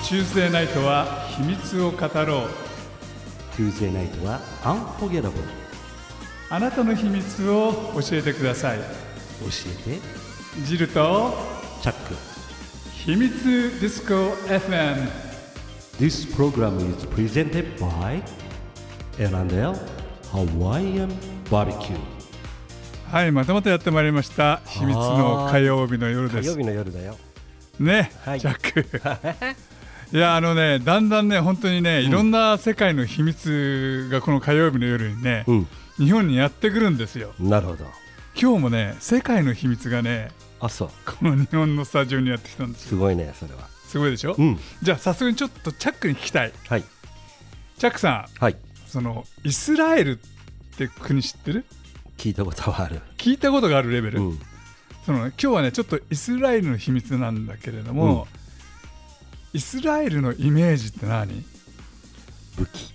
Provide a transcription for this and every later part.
Tuesday ナイトは秘密を語ろう。 Tuesday ナイトは Unforgettable。 あなたの秘密を教えてください。 教えてジルとチャック。 秘密ディスコ FM。 This program is presented by L&L Hawaiian Barbecue。 はい、またまたやってまいりました秘密の火曜日の夜です。 火曜日の夜だよね、 はい、 チャックいやだんだんね本当にね、いろんな世界の秘密がこの火曜日の夜にね、日本にやってくるんですよ。 なるほど。 今日もね世界の秘密がね、 そう、 この日本のスタジオにやってきたんです。 すごいね、それはすごいでしょ、じゃあ早速にちょっとチャックに聞きたい。 はい、 チャックさん、 はい、 そのイスラエルって国知ってる？ 聞いたことはある。 聞いたことがあるレベル、今日はねちょっとイスラエルの秘密なんだけれども、イスラエルのイメージって何？ 武器。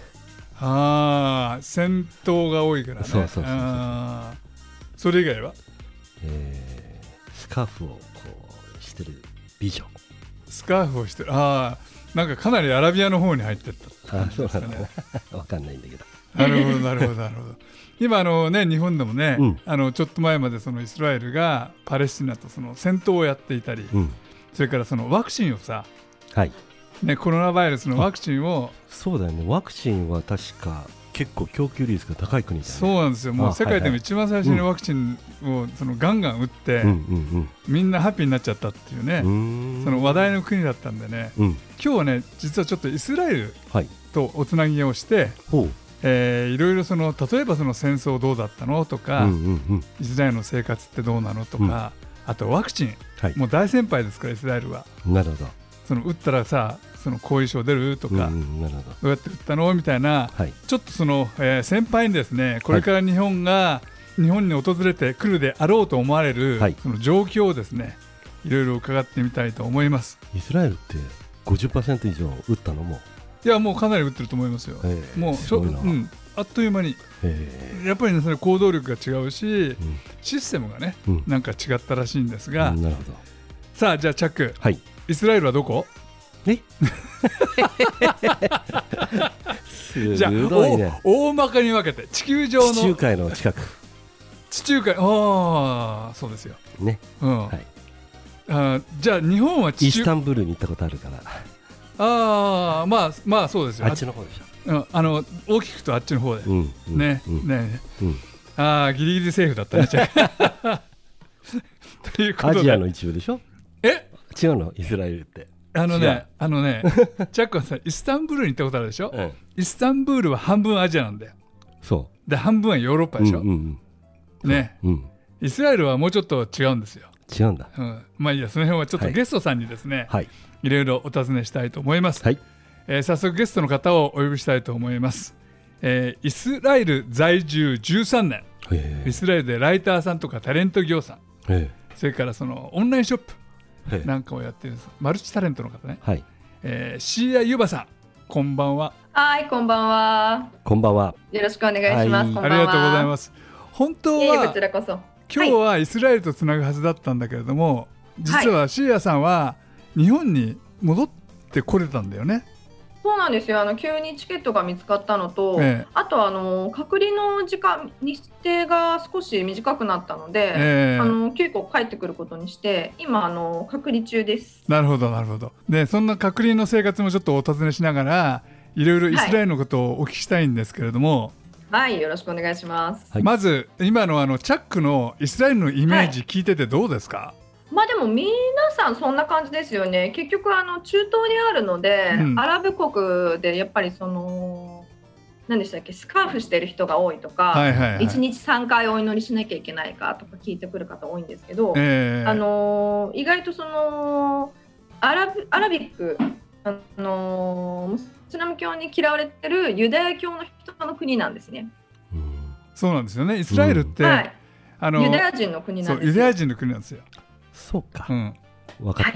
戦闘が多いからね。そうそれ以外は、 スカーフをこうしてる美女。 スカーフをしてる。なんかかなりアラビアの方に入ってった、 そうなんだね。分かんないんだけど。 なるほどなるほどなるほど。今日本でもね、ちょっと前までそのイスラエルがパレスチナとその戦闘をやっていたり、それからそのワクチンをさ、コロナウイルスのワクチンを、 そうだよね、ワクチンは確か結構供給率が高い国だよね。 そうなんですよ。もう世界でも一番最初にワクチンをそのガンガン打って、みんなハッピーになっちゃったっていうね、その話題の国だったんでね、今日はね実はちょっとイスラエルとおつなぎをして、いろいろ例えばその戦争どうだったのとか、イスラエルの生活ってどうなのとか、あとワクチン、もう大先輩ですからイスラエルは。 なるほど。 打ったらさ後遺症出るとか、どうやって打ったのみたいな、ちょっと先輩にですね、これから日本に訪れてくるであろうと思われる、その状況をですねいろいろ伺ってみたいと思います。 イスラエルって 50% 以上打ったの？もいやもうかなり打ってると思いますよ。もうあっという間に。やっぱりねそれ行動力が違うし、システムがね、なんか違ったらしいんですが、 なるほど。 さあじゃあチャック、イスラエルはどこ？じゃあ大まかに分けて地球上の地中海の近く。 地中海、そうですよね。じゃあ日本はイスタンブールに行ったことあるから。 まあそうですよ。 あっちの方でしょ。 大きくとあっちの方でね。ギリギリセーフだったね。ということでアジアの一部でしょ。違うの？イスラエルってチャックはさイスタンブールに行ったことあるでしょ。イスタンブールは半分アジアなんだよ。 そうで半分はヨーロッパでしょ。ね、イスラエルはもうちょっと違うんですよ。 違うんだ。 まあいいや、その辺はちょっとゲストさんにですね、いろいろお尋ねしたいと思います。早速ゲストの方をお呼びしたいと思います。イスラエル在住13年、イスラエルでライターさんとかタレント業さん、それからオンラインショップなんかをやっているマルチタレントの方ね、シーアユバさん、こんばんは。 はい、こんばんは。 こんばんは。 よろしくお願いします。 ありがとうございます。本当はこちらこそ今日はイスラエルとつなぐはずだったんだけれども、実はシーアさんは日本に戻ってこれたんだよね。 そうなんですよ。急にチケットが見つかったのと、あと隔離の時間日程が少し短くなったので、急遽帰ってくることにして今隔離中です。 なるほどなるほど。でそんな隔離の生活もちょっとお尋ねしながらいろいろイスラエルのことをお聞きしたいんですけれども、 よろしくお願いします。 まず今のチャックのイスラエルのイメージ聞いててどうですか？ でも皆さんそんな感じですよね。結局中東にあるので、アラブ国でやっぱり何でしたっけ、スカーフしてる人が多いとか、1日3回お祈りしなきゃいけないかとか聞いてくる方多いんですけど、意外とアラビックムスラム教に嫌われてるユダヤ教の人の国なんですね。 そうなんですよね。イスラエルって、 ユダヤ人の国なんですよ。 ユダヤ人の国なんですよ。 そうか、分かった。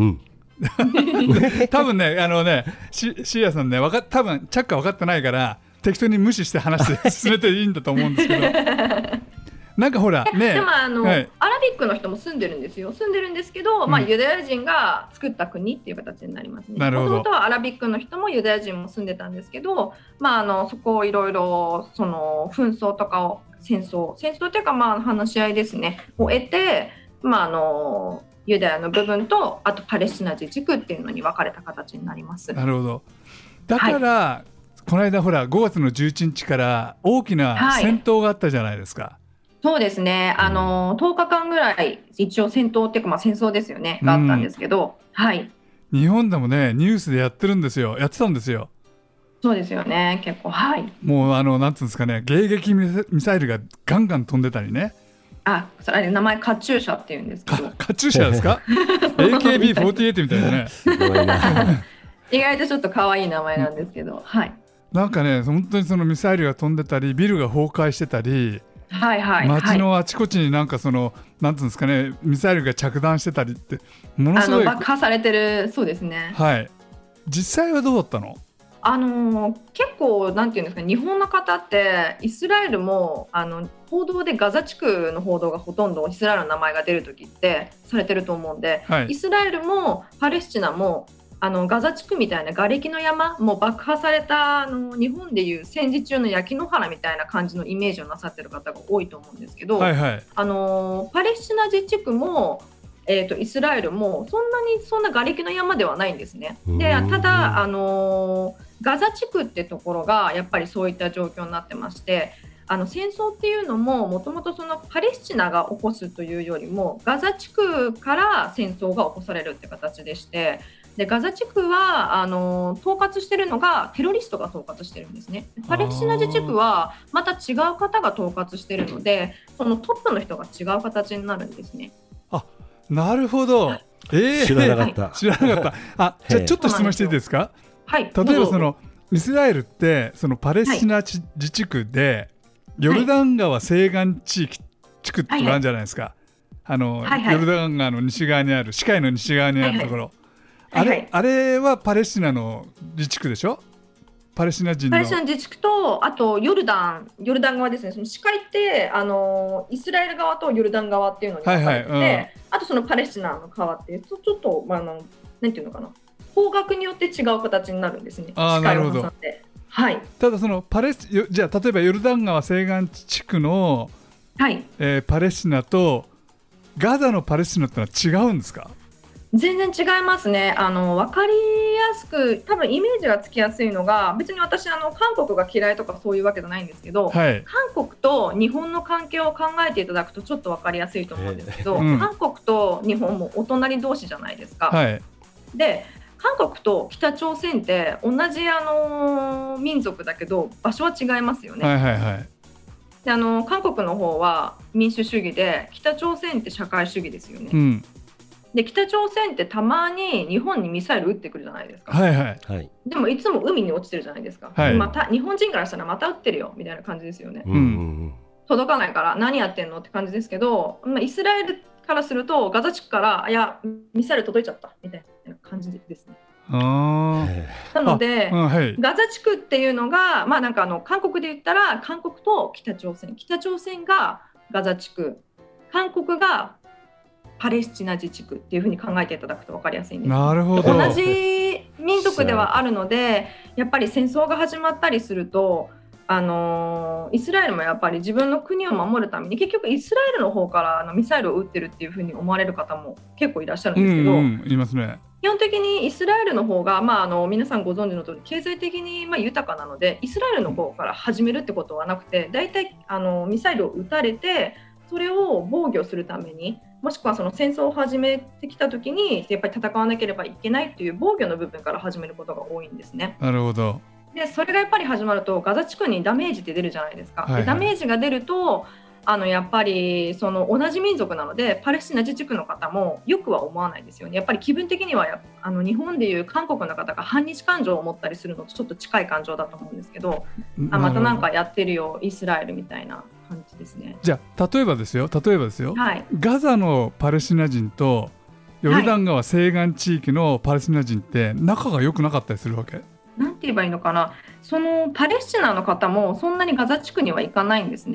多分ねシーアさんね多分チャックは分かってないから適当に無視して話して進めていいんだと思うんですけどなんかほらね、 でもアラビックの人も住んでるんですけど、ユダヤ人が作った国っていう形になりますね。もともとはアラビックの人もユダヤ人も住んでたんですけど、そこをいろいろその紛争とかを戦争というか話し合いですねを得て、ユダヤの部分とあとパレスチナ自治区っていうのに分かれた形になります。 なるほど。だから、この間ほら5月の11日から大きな戦闘があったじゃないですか。 そうですね、10日間ぐらい一応戦闘っていうか、戦争ですよね、があったんですけど、 日本でもねニュースでやってたんですよ。 そうですよね、結構。 もうなんていうんですかね、迎撃ミサイルがガンガン飛んでたりね。 それ名前カチューシャっていうんですけど。 カチューシャですかAKB48 みたいなね。すごいな意外とちょっと可愛い名前なんですけど、 なんかね、本当にそのミサイルが飛んでたりビルが崩壊してたり、街のあちこちになんかそのなんていうんですかね、ミサイルが着弾してたりってものすごい爆破されてる。そうですね。 実際はどうだったの？ 結構なんていうんですか、日本の方ってイスラエルも報道でガザ地区の報道がほとんどイスラエルの名前が出るときってされてると思うんで、イスラエルもパレスチナもガザ地区みたいな瓦礫の山も爆破された日本でいう戦時中の焼き野原みたいな感じのイメージをなさってる方が多いと思うんですけど、パレスチナ自治区もイスラエルもそんな瓦礫の山ではないんですね。でただガザ地区ってところがやっぱりそういった状況になってまして、戦争っていうのももともとそのパレスチナが起こすというよりもガザ地区から戦争が起こされるって形でして、でガザ地区は統括してるのがテロリストが統括してるんですね。パレスチナ自治区はまた違う方が統括してるので、そのトップの人が違う形になるんですね。 なるほど。 知らなかった。 じゃあちょっと質問していいですか？例えばそのイスラエルってそのパレスチナ自治区でヨルダン川西岸地区ってあるんじゃないですか。ヨルダン川の西側にある、死海の西側にあるところ、あれはパレスチナの自治区でしょ？パレスチナ自治区とあとヨルダン側ですね。その死海ってイスラエル側とヨルダン側っていうのに分かれてて、あとそのパレスチナの川っていうとちょっとなんていうのかな、方角によって違う形になるんですね。 なるほど。ただそのじゃあ例えばヨルダン川西岸地区の、パレスチナとガザのパレスチナってのは違うんですか？ 全然違いますね。分かりやすく多分イメージがつきやすいのが、別に私韓国が嫌いとかそういうわけじゃないんですけど、韓国と日本の関係を考えていただくとちょっと分かりやすいと思うんですけど、韓国と日本もお隣同士じゃないですか。で韓国と北朝鮮って同じ民族だけど場所は違いますよね。で韓国の方は民主主義で北朝鮮って社会主義ですよね。で北朝鮮ってたまに日本にミサイル撃ってくるじゃないですか。でもいつも海に落ちてるじゃないですか。また日本人からしたらまた撃ってるよみたいな感じですよね。届かないから何やってんのって感じですけど、イスラエルからするとガザ地区からいやミサイル届いちゃったみたいな感じですね。なのでガザ地区っていうのが、なんか韓国で言ったら韓国と北朝鮮がガザ地区、韓国がパレスチナ自治区っていう風に考えていただくと分かりやすいんです。 なるほど。 同じ民族ではあるので、やっぱり戦争が始まったりするとイスラエルもやっぱり自分の国を守るために結局イスラエルの方からミサイルを撃ってるっていう風に思われる方も結構いらっしゃるんですけど、 いますね。 基本的にイスラエルの方が、皆さんご存知の通り経済的に豊かなのでイスラエルの方から始めるってことはなくて、だいたいミサイルを撃たれてそれを防御するために、もしくはその戦争を始めてきた時にやっぱり戦わなければいけないという防御の部分から始めることが多いんですね。 なるほど。 でそれがやっぱり始まるとガザ地区にダメージって出るじゃないですか。でダメージが出るとやっぱりその同じ民族なのでパレスチナ自治区の方もよくは思わないですよね。やっぱり気分的には日本でいう韓国の方が反日感情を持ったりするのとちょっと近い感情だと思うんですけど、またなんかやってるよイスラエルみたいな感じですね。 じゃあ例えばですよ、ガザのパレスチナ人とヨルダン川西岸地域のパレスチナ人って仲が良くなかったりするわけ？なんて言えばいいのかな、そのパレスチナの方もそんなにガザ地区には行かないんですね。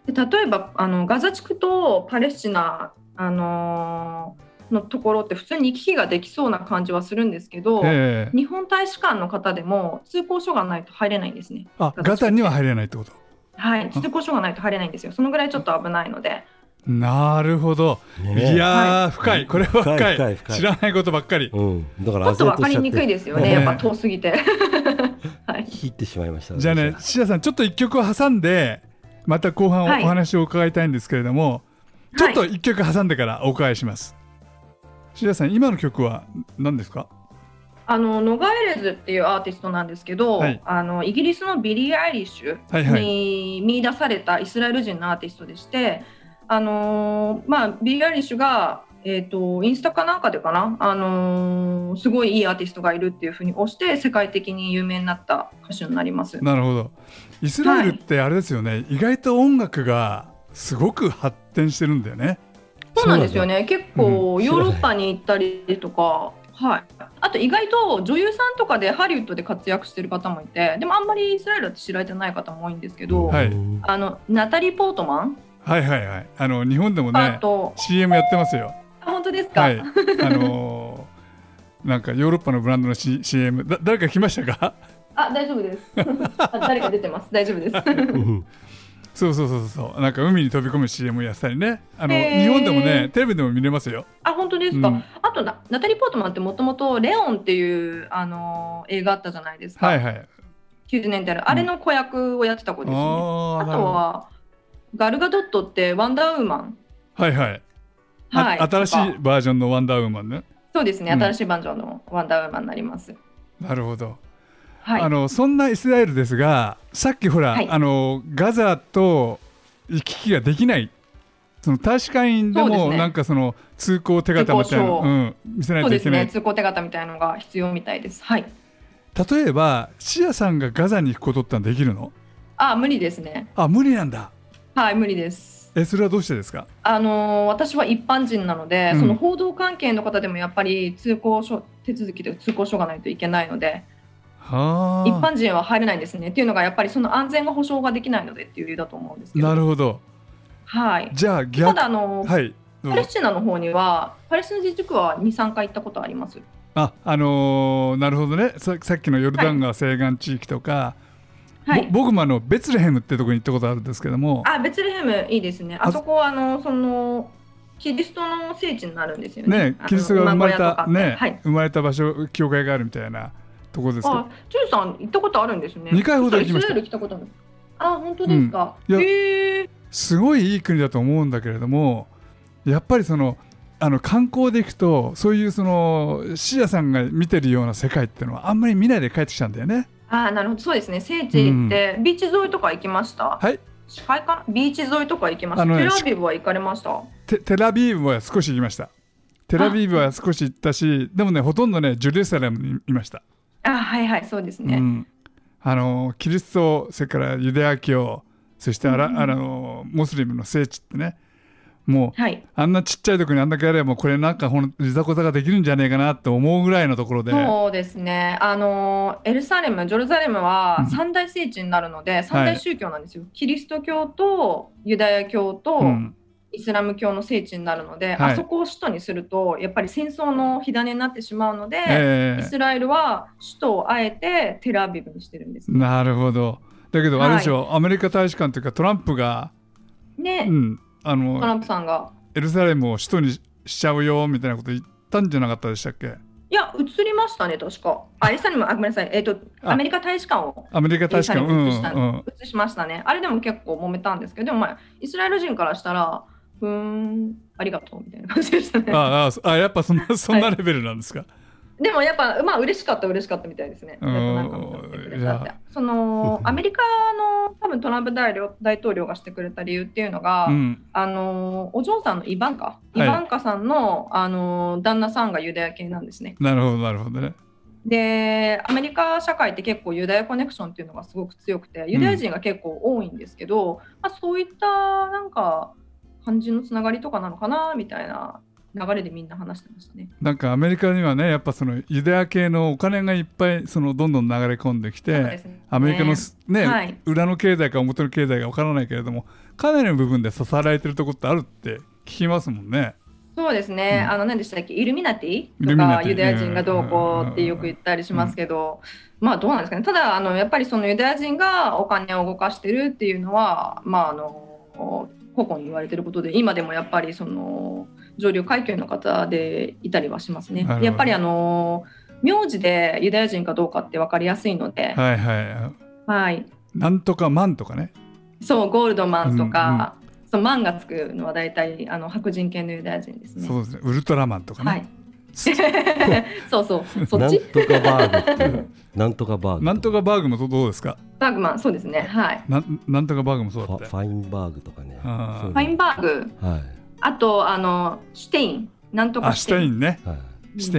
で例えばガザ地区とパレスチナ、のところって普通に行き来ができそうな感じはするんですけど、日本大使館の方でも通行証がないと入れないんですね。 ガザには入れないってこと？ はい、通行証がないと入れないんですよ。そのぐらいちょっと危ないので。 なるほど、いやー、深い、これは深い、知らないことばっかり、 だからちょっと分かりにくいですよね、やっぱ遠すぎて引いてしまいました。 じゃあね、シアさんちょっと一曲を挟んでまた後半お話を伺いたいんですけれども、ちょっと一曲挟んでからお伺いします。シアさん、今の曲は何ですか？ ノガエレズっていうアーティストなんですけど、イギリスのビリー・アイリッシュに見出されたイスラエル人のアーティストでして、ビリー・アイリッシュが、インスタかなんかでかな、すごいいいアーティストがいるっていうふうに推して世界的に有名になった歌手になります。 なるほど。イスラエルってあれですよね、意外と音楽がすごく発展してるんだよね。 そうなんですよね。結構ヨーロッパに行ったりとか、あと意外と女優さんとかでハリウッドで活躍してる方もいて、でもあんまりイスラエルって知られてない方も多いんですけど、ナタリー・ポートマン、 日本でもね CM やってますよ。 本当ですか？ なんかヨーロッパのブランドの、CM、誰か来ましたか？ 大丈夫です誰か出てます。大丈夫ですそうなんか海に飛び込む CM やったりね、日本でもねテレビでも見れますよ。 本当ですか？あとナタリー・ポートマンってもともとレオンっていう映画あったじゃないですか。90年代あれの子役をやってた子ですね。あとはガルガドットってワンダーウーマン、 新しいバージョンのワンダーウーマンね。 そうですね、新しいバージョンのワンダーウーマンになります。 なるほど。そんなイスラエルですが、さっきほら、ガザと行き来ができない、その大使館員でもなんかその通行手形みたいなの、見せないといけない。 通行手形みたいなのが必要みたいです。例えばシアさんがガザに行くことってできるの？ 無理ですね。 無理なんだ。 無理です。 それはどうしてですか？ 私は一般人なので、その報道関係の方でもやっぱり通行手続きで通行証がないといけないので、一般人は入れないんですね。っていうのがやっぱりその安全が保証ができないのでっていう理由だと思うんですけど。 なるほど。 じゃあただパレスチナの方には、パレスチナ自治区は 2,3 回行ったことあります。 なるほどね。さっきのヨルダン川西岸地域とか、僕もベツレヘムってところに行ったことあるんですけども。 ベツレヘムいいですね。あそこはそのキリストの聖地になるんですよね。 キリストが生まれた場所、教会があるみたいなところですか。 ジュンさん行ったことあるんですね。 2回ほど行きました。 イスラエル来たことある。本当ですか？ すごいいい国だと思うんだけれども、やっぱり観光で行くとそういうシアさんが見てるような世界っていうのはあんまり見ないで帰ってきちゃうんだよね。 なるほど。そうですね。聖地行って、ビーチ沿いとか行きました？近いかな。ビーチ沿いとか行きました。テルアビブは行かれました？ テルアビブは少し行きました。テルアビブは少し行ったし、でもね、ほとんどねジェルサレムにいました。 そうですね。 キリスト、それからユダヤ教、そしてモスリムの聖地ってね、もう、あんなちっちゃいところにあんだけやれば、もうこれなんかいざこざができるんじゃねえかなって思うぐらいのところで。 そうですね。ジェルサレムは三大聖地になるので、三大宗教なんですよ。キリスト教とユダヤ教と、イスラム教の聖地になるので、あそこを首都にするとやっぱり戦争の火種になってしまうので、イスラエルは首都をあえてテルアビブにしてるんです、 なるほど。だけどあれでしょ、アメリカ大使館というかトランプがトランプさんがエルサレムを首都にしちゃうよみたいなこと言ったんじゃなかったでしたっけ？ いや、移りましたね、確か。エルサレム、ごめんなさい、アメリカ大使館をアメリカ大使館移しましたね。あれでも結構揉めたんですけど、でもイスラエル人からしたらありがとうみたいな感じでしたね。 やっぱそんなレベルなんですか？ でもやっぱ嬉しかったみたいですね。そのアメリカの多分トランプ大統領がしてくれた理由っていうのが、お嬢さんのイバンカさんの、旦那さんがユダヤ系なんですね。 なるほどね。 でアメリカ社会って結構ユダヤコネクションっていうのがすごく強くて、ユダヤ人が結構多いんですけど、そういったなんか感じのつながりとかなのかなみたいな流れでみんな話してましたね。 なんかアメリカにはねやっぱそのユダヤ系のお金がいっぱいそのどんどん流れ込んできて、ね、アメリカの、ねはい、裏の経済か表の経済か分からないけれどもかなりの部分で支えられてるところってあるって聞きますもんね。 そうですね、何でしたっけ、イルミナティとかユダヤ人がどうこうってよく言ったりしますけど、まあどうなんですかね。ただやっぱりそのユダヤ人がお金を動かしてるっていうのはまあ個々に言われてることで、今でもやっぱりその上流階級の方でいたりはしますね。やっぱり名字でユダヤ人かどうかって分かりやすいので、 はいはいはい、 なんとかマンとかね、 そうゴールドマンとか、そうマンがつくのは大体白人系のユダヤ人ですね。 そうですね、ウルトラマンとかね、はいそうそうそっちなんとかバーグっていうなんとかバーグ、 なんとかバーグもどうですか。 バーグマン、そうですね、はい、 なんとかバーグもそうだって、 ファインバーグとかね、 ファインバーグ、 はい、 あとシュテイン、なんとかシュテインね、 はい、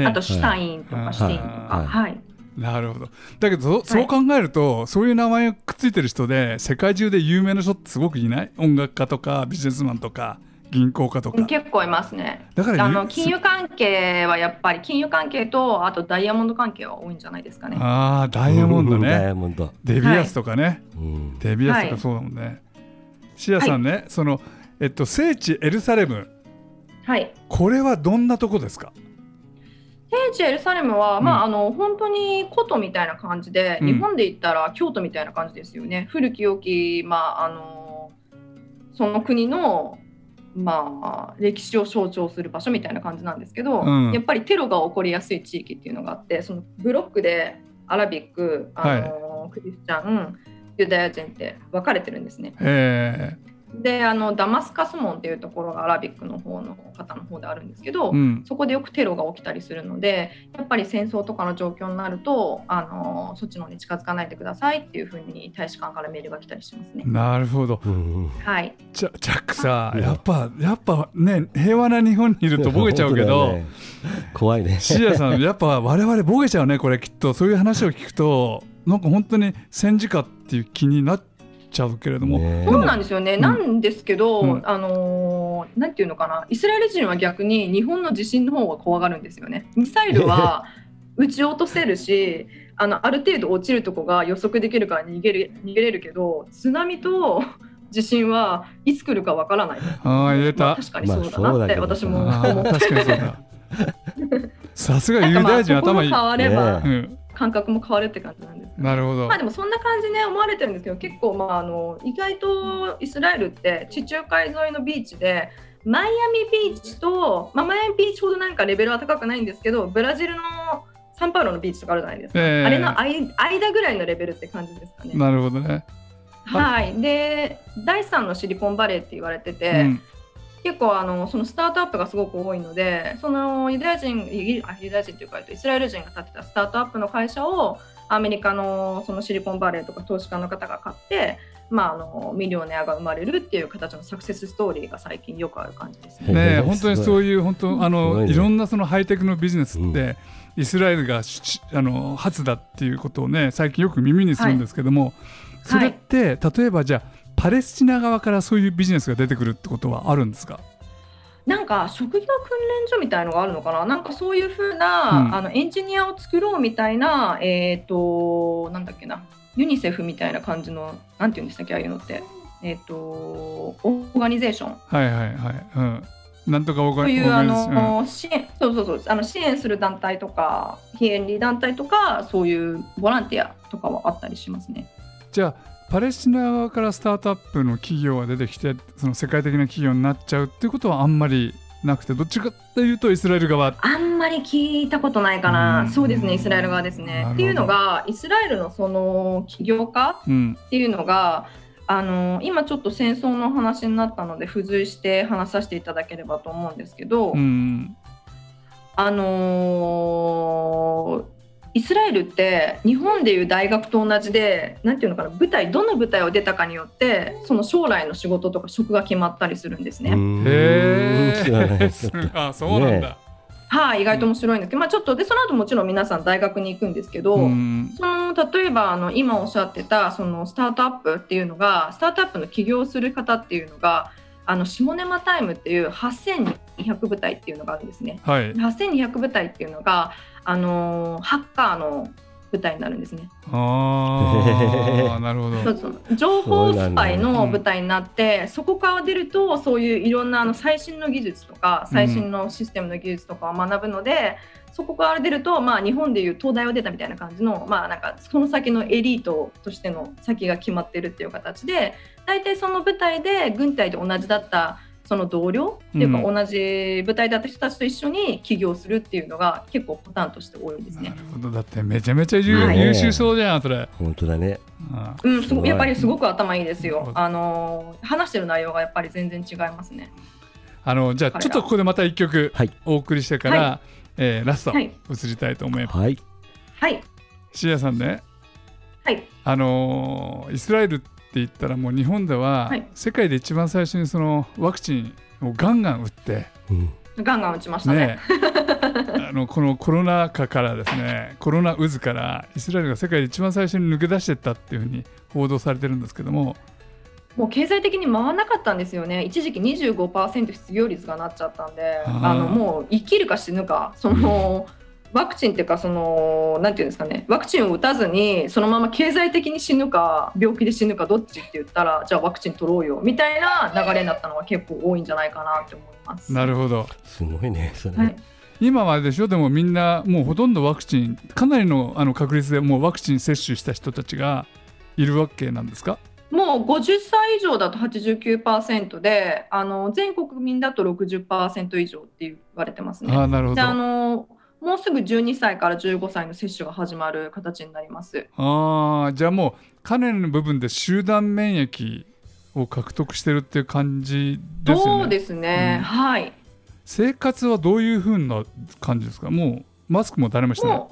あとシュタインとか、はい、シュテインとか、はい、はい、 なるほど。だけどそう考えると、そういう名前がくっついてる人で世界中で有名な人ってすごくいない？音楽家とかビジネスマンとか銀行家とか結構いますね。だから金融関係はやっぱり金融関係とあとダイヤモンド関係は多いんじゃないですかね。 ああ、ダイヤモンドね、 ダイヤモンド、 デビアスとかね、はい、デビアスとかそうだもんね、はい、シアさんね、はい、その聖地エルサレム、 はい、 これはどんなとこですか？ 聖地エルサレムは、まあ、本当に古都みたいな感じで、日本で言ったら京都みたいな感じですよね。古き良き、まあ、その国のまあ、歴史を象徴する場所みたいな感じなんですけど、やっぱりテロが起こりやすい地域っていうのがあって、そのブロックでアラビック、クリスチャン、ユダヤ人って分かれてるんですね。でダマスカス門っていうところがアラビックの方の方の方であるんですけど、そこでよくテロが起きたりするので、やっぱり戦争とかの状況になるとそっちの方に近づかないでくださいっていう風に大使館からメールが来たりしますね。 なるほど、 はい、 チャックさ、やっぱね、平和な日本にいるとボケちゃうけど、ね、 怖いね。 シアさんやっぱ我々ボケちゃうね、これきっと。そういう話を聞くとなんか本当に戦時下っていう気になっちゃうけれども、 そうなんですよね、なんですけど、なんていうのかな、イスラエル人は逆に日本の地震の方が怖がるんですよね。ミサイルは撃ち落とせるしある程度落ちるとこが予測できるから逃げれるけど、津波と地震はいつ来るかわからない。 言えた、 確かにそうだなって私も思って。 確かにそうださすがユダヤ人頭いい。 変われば、感覚も変わるって感じなんです。 なるほど。 まあでもそんな感じね思われてるんですけど、結構意外とイスラエルって地中海沿いのビーチで、マイアミビーチと、マイアミビーチほどなんかレベルは高くないんですけど、ブラジルのサンパウロのビーチとかあるじゃないですか、あれの間ぐらいのレベルって感じですかね。 なるほどね。 はい、で第3のシリコンバレーって言われてて、結構そのスタートアップがすごく多いので、そのユダヤ人というかイスラエル人が建てたスタートアップの会社をアメリカのそのシリコンバレーとか投資家の方が買って、ミリオネアが生まれるっていう形のサクセスストーリーが最近よくある感じですね。 本当にそういう本当いろんなそのハイテクのビジネスって、イスラエルが初だっていうことをね最近よく耳にするんですけども、それって例えばじゃあパレスチナ側からそういうビジネスが出てくるってことはあるんですか？ なんか職業訓練所みたいのがあるのかな、なんかそういう風な、エンジニアを作ろうみたいな、なんだっけな、ユニセフみたいな感じの、なんていうんでしたっけ、ああいうのって、オーガニゼーション、 はいはいはい、なんとかオーガニゼーション、支援する団体とか非営利団体とかそういうボランティアとかはあったりしますね。 じゃあパレスチナ側からスタートアップの企業が出てきて、その世界的な企業になっちゃうっていうことはあんまりなくて、どっちかというとイスラエル側あんまり聞いたことないかな。そうですね、イスラエル側ですね。っていうのがイスラエルのその起業家っていうのが、今ちょっと戦争の話になったので付随して話させていただければと思うんですけど、イスラエルって日本でいう大学と同じで、なんていうのかな、どの舞台を出たかによってその将来の仕事とか職が決まったりするんですね。 あ、そうなんだ。 はい、意外と面白いんですけど、ちょっとでその後もちろん皆さん大学に行くんですけど、例えば今おっしゃってたそのスタートアップっていうのが、スタートアップの起業する方っていうのが下ネマタイムっていう8000人 8200部隊っていうのがあるんですね。 はい、 8200部隊っていうのが、ハッカーの部隊になるんですね。 なるほど。 情報スパイの部隊になって、そこから出るとそういういろんな最新の技術とか最新のシステムの技術とかを学ぶので、そこから出ると、日本でいう東大を出たみたいな感じの、なんかその先のエリートとしての先が決まってるっていう形で、大体その部隊で軍隊と同じだったその同僚っていうか、同じ部隊だった人たちと一緒に起業するっていうのが結構パターンとして多いですね。 なるほど。だってめちゃめちゃ優秀そうじゃん、それ。 本当だね。 やっぱりすごく頭いいですよ。話してる内容がやっぱり全然違いますね。 じゃあちょっとここでまた一曲お送りしてから、ラスト移りたいと思います。 はい。 はい。 シアさんね。 はい。 イスラエルって言ったらもう日本では世界で一番最初にそのワクチンをガンガン打って、 ガンガン打ちましたね。 このコロナ禍からですね、コロナ渦からイスラエルが世界で一番最初に抜け出していったっていうふうに報道されてるんですけども、 もう経済的に回らなかったんですよね。一時期 25% 失業率がなっちゃったんで、もう生きるか死ぬか、ワクチンっていうか、なんていうんですかね、ワクチンを打たずにそのまま経済的に死ぬか病気で死ぬかどっちって言ったら、じゃあワクチン取ろうよみたいな流れになったのが結構多いんじゃないかなって思います。 なるほど。 すごいねそれ。 はい、 今はでしょ、でもみんなもうほとんどワクチン、かなりの確率でもうワクチン接種した人たちがいるわけなんですか？ もう50歳以上だと 89% で、全国民だと 60% 以上って言われてますね。 なるほど。 でもうすぐ12歳から15歳の接種が始まる形になります。 じゃあもうかなりの部分で集団免疫を獲得してるっていう感じですよね。 そうですね、はい。 生活はどういう風な感じですか？もうマスクも誰もしてない？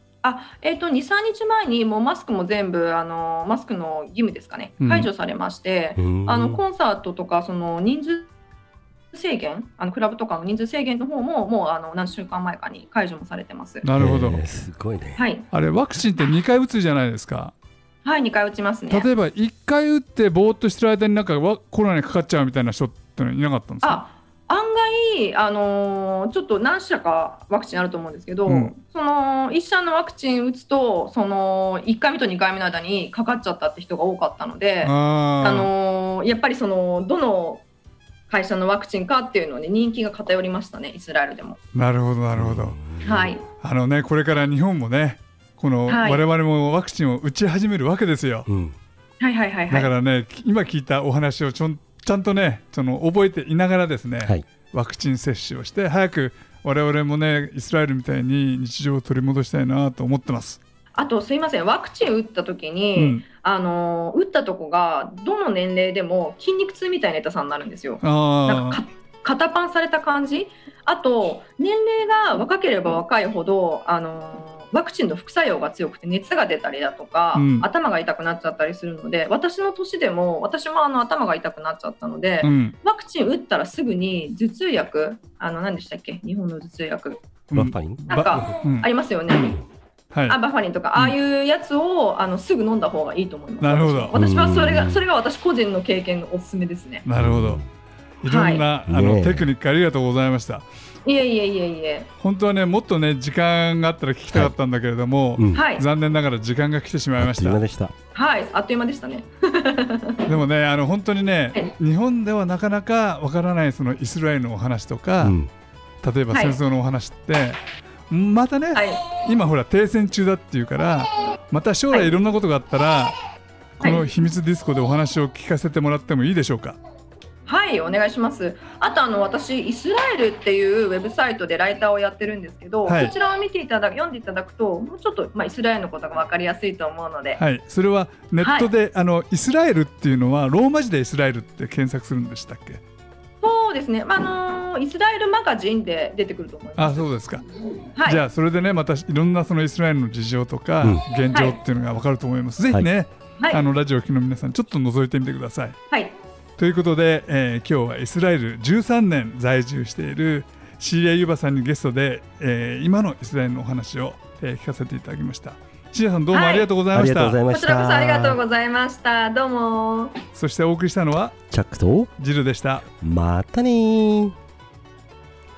2、3日前にもうマスクも全部マスクの義務ですかね、解除されまして、コンサートとかその人数制限、クラブとかの人数制限の方ももう何週間前かに解除もされてます。 なるほど、 すごいね。 はい、 あれワクチンって2回打つじゃないですか。 はい、2回打ちますね。 例えば1回打ってぼーっとしてる間になんかコロナにかかっちゃうみたいな人ってのいなかったんですか？ 案外、ちょっと何社かワクチンあると思うんですけど、その1社のワクチン打つとその1回目と2回目の間にかかっちゃったって人が多かったので、やっぱりどの会社のワクチンかっていうのに人気が偏りましたね、イスラエルでも。 なるほどなるほど。 はい。 これから日本もね、我々もワクチンを打ち始めるわけですよ。 はいはいはいはい。 だからね、今聞いたお話をちゃんとね覚えていながらですね、ワクチン接種をして早く我々もねイスラエルみたいに日常を取り戻したいなと思ってます。 あとすいません、ワクチン打った時に、打ったとこがどの年齢でも筋肉痛みたいな痛さになるんですよ。なんか肩パンされた感じ。あと年齢が若ければ若いほどワクチンの副作用が強くて熱が出たりだとか、頭が痛くなっちゃったりするので、私の年でも私も頭が痛くなっちゃったので、ワクチン打ったらすぐに頭痛薬、何でしたっけ、日本の頭痛薬、 バファリンなんかありますよね。バファリンとかああいうやつをすぐ飲んだ方がいいと思います。 なるほど。 私はそれが私個人の経験のおすすめですね。 なるほど。いろんな、テクニックありがとうございました。 いえ。 本当はねもっとね時間があったら聞きたかったんだけれども、残念ながら時間が来てしまいました。 あっという間でした。 はい、あっという間でしたね。 でもね本当にね、日本ではなかなかわからないそのイスラエルのお話とか、例えば戦争のお話って、またね、今ほら停戦中だっていうからまた将来いろんなことがあったら、この秘密ディスコでお話を聞かせてもらってもいいでしょうか？ はい、お願いします。あと私イスラエルっていうウェブサイトでライターをやってるんですけど、そちらを読んでいただくともうちょっと、イスラエルのことが分かりやすいと思うので、 それはネットで、イスラエルっていうのはローマ字でイスラエルって検索するんでしたっけ？ そうですね、イスラエルマガジンで出てくると思います。 そうですか。じゃあそれでねまたいろんなそのイスラエルの事情とか、現状っていうのが分かると思います。ぜひね、ラジオを聴きの皆さんちょっと覗いてみてください。ということで、今日はイスラエル13年在住しているシーア・ユバさんにゲストで、今のイスラエルのお話を、聞かせていただきました。シーアさんどうもありがとうございました。 こちらこそありがとうございました。どうも。 そしてお送りしたのはチャックとジルでした。 またね。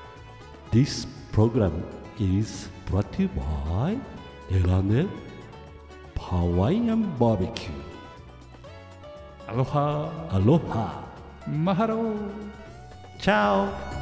This program is brought to you by Elanet Hawaiian Barbecue. Aloha. Aloha. Mahalo. Ciao.